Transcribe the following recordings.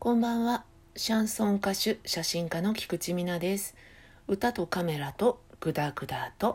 こんばんは。シャンソン歌手、写真家の菊池美奈です。歌とカメラとグダグダと。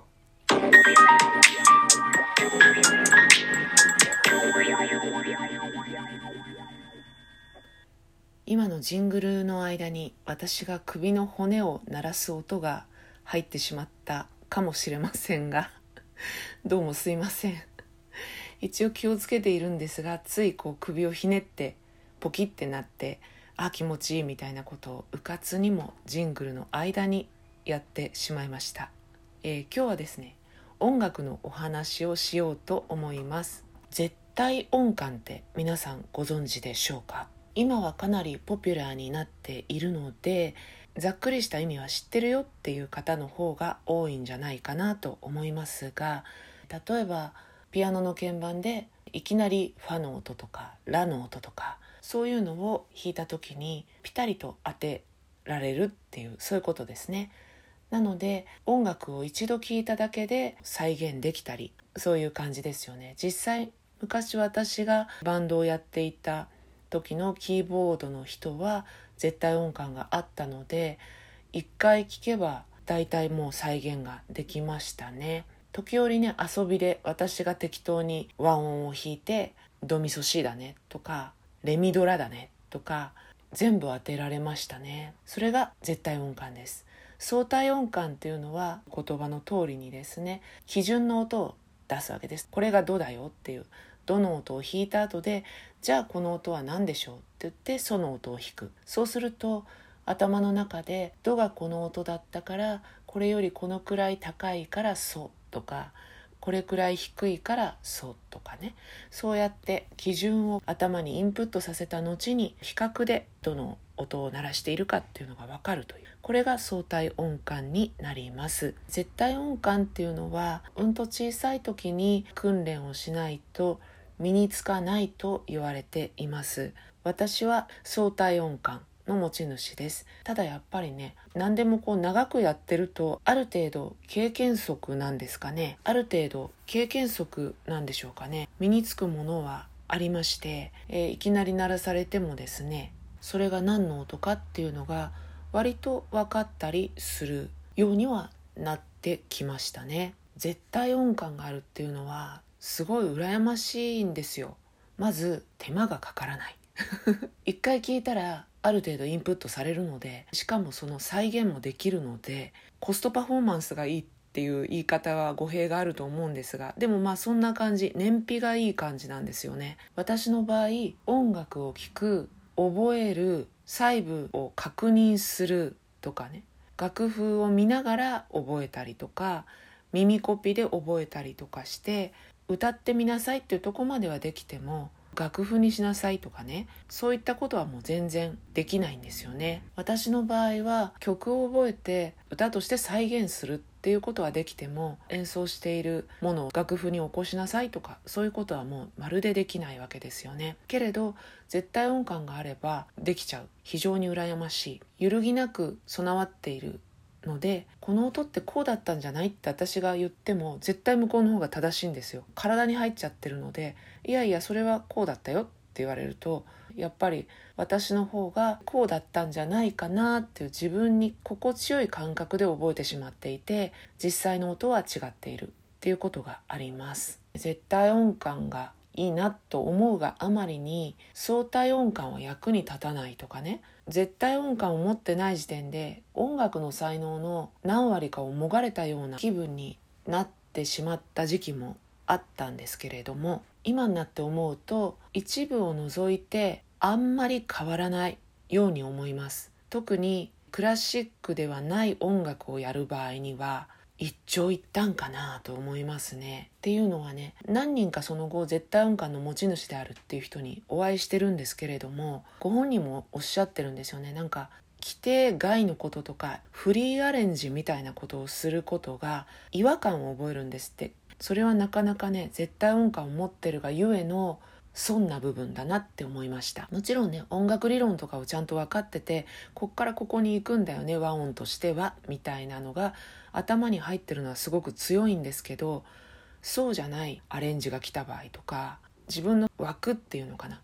今のジングルの間に私が首の骨を鳴らす音が入ってしまったかもしれませんがどうもすいません。一応気をつけているんですが、つい首をひねってポキってなって、気持ちいいみたいなことをうかつにもジングルの間にやってしまいました。今日はですね、音楽のお話をしようと思います。絶対音感って皆さんご存知でしょうか？今はかなりポピュラーになっているので、ざっくりした意味は知ってるよっていう方の方が多いんじゃないかなと思いますが、例えばピアノの鍵盤でいきなりファの音とかラの音とか、そういうのを弾いた時にピタリと当てられるっていう、そういうことですね。なので音楽を一度聴いただけで再現できたり、そういう感じですよね。実際昔私がバンドをやっていた時のキーボードの人は絶対音感があったので、一回聴けば大体もう再現ができましたね。時折ね、遊びで私が適当に和音を弾いてドミソシだねとかレミドラだねとか全部当てられましたね。それが絶対音感です。相対音感っていうのは言葉の通りにですね、基準の音を出すわけです。これがドだよっていう、ドの音を弾いた後で、じゃあこの音は何でしょうって言ってソの音を弾く。そうすると頭の中でドがこの音だったからこれよりこのくらい高いからソとか、これくらい低いからソとかね、そうやって基準を頭にインプットさせた後に比較でどの音を鳴らしているかっていうのが分かるという、これが相対音感になります。絶対音感っていうのは小さい時に訓練をしないと身につかないと言われています。私は相対音感の持ち主です。ただやっぱりね、何でも長くやってるとある程度経験則なんですかね、ある程度経験則なんでしょうかね、身につくものはありまして、いきなり鳴らされてもですね、それが何の音かっていうのが割と分かったりするようにはなってきましたね。絶対音感があるっていうのはすごい羨ましいんですよ。まず手間がかからない一回聞いたらある程度インプットされるので、しかもその再現もできるので、コストパフォーマンスがいいっていう言い方は語弊があると思うんですが、でもそんな感じ、燃費がいい感じなんですよね。私の場合、音楽を聴く、覚える、細部を確認するとかね、楽譜を見ながら覚えたりとか、耳コピで覚えたりとかして、歌ってみなさいっていうとこまではできても、楽譜にしなさいとかね、そういったことはもう全然できないんですよね。私の場合は曲を覚えて歌として再現するっていうことはできても、演奏しているものを楽譜に起こしなさいとか、そういうことはもうまるでできないわけですよね。けれど絶対音感があればできちゃう。非常に羨ましい。揺るぎなく備わっているので、この音ってこうだったんじゃないって私が言っても絶対向こうの方が正しいんですよ。体に入っちゃってるので、いやいやそれはこうだったよって言われると、やっぱり私の方がこうだったんじゃないかなっていう自分に心地よい感覚で覚えてしまっていて、実際の音は違っているっていうことがあります。絶対音感がいいなと思うがあまりに相対音感は役に立たないとかね、絶対音感を持ってない時点で音楽の才能の何割かをもがれたような気分になってしまった時期もあったんですけれども、今になって思うと一部を除いてあんまり変わらないように思います。特にクラシックではない音楽をやる場合には一長一短かなと思いますね。っていうのはね、何人かその後絶対音感の持ち主であるっていう人にお会いしてるんですけれども、ご本人もおっしゃってるんですよね。規定外のこととかフリーアレンジみたいなことをすることが違和感を覚えるんですって。それはなかなかね、絶対音感を持ってるがゆえの損な部分だなって思いました。もちろんね、音楽理論とかをちゃんと分かってて、こっからここに行くんだよね、和音としてはみたいなのが頭に入ってるのはすごく強いんですけど、そうじゃないアレンジが来た場合とか、自分の枠っていうのかな、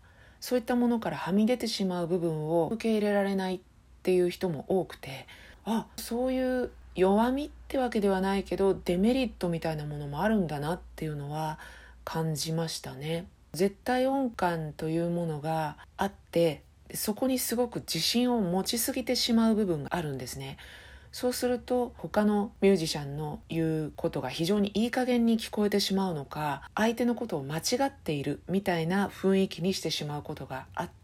そういったものからはみ出てしまう部分を受け入れられないっていう人も多くて、そういう弱みってわけではないけどデメリットみたいなものもあるんだなっていうのは感じましたね。絶対音感というものがあって、そこにすごく自信を持ちすぎてしまう部分があるんですね。そうすると他のミュージシャンの言うことが非常にいい加減に聞こえてしまうのか、相手のことを間違っているみたいな雰囲気にしてしまうことがあって、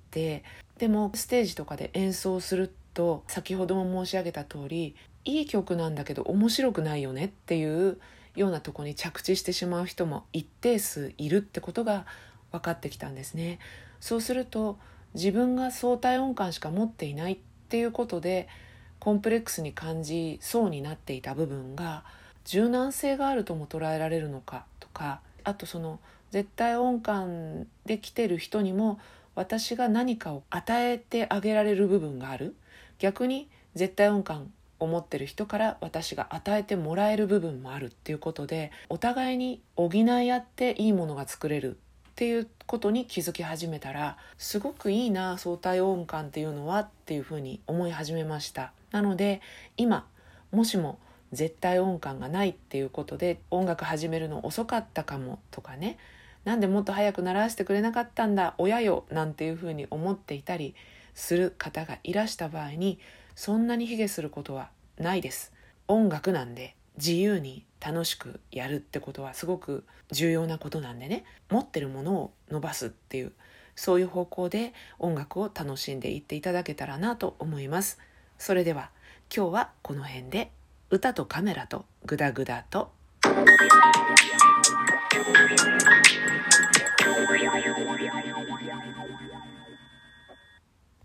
でもステージとかで演奏すると先ほども申し上げた通り、いい曲なんだけど面白くないよねっていうようなとこに着地してしまう人も一定数いるってことが分かってきたんですね。そうすると自分が相対音感しか持っていないっていうことでコンプレックスに感じそうになっていた部分が柔軟性があるとも捉えられるのかとか、あとその絶対音感で来てる人にも私が何かを与えてあげられる部分がある、逆に絶対音感を持ってる人から私が与えてもらえる部分もあるっていうことで、お互いに補い合っていいものが作れるっていうことに気づき始めたら、すごくいいな相対音感っていうのはっていうふうに思い始めました。なので今もしも絶対音感がないっていうことで音楽始めるの遅かったかもとかね、なんでもっと早く習わせてくれなかったんだ親よなんていうふうに思っていたりする方がいらした場合に、そんなに卑下することはないです。音楽なんで自由に楽しくやるってことはすごく重要なことなんでね、持ってるものを伸ばすっていう、そういう方向で音楽を楽しんでいっていただけたらなと思います。それでは今日はこの辺で、歌とカメラとグダグダと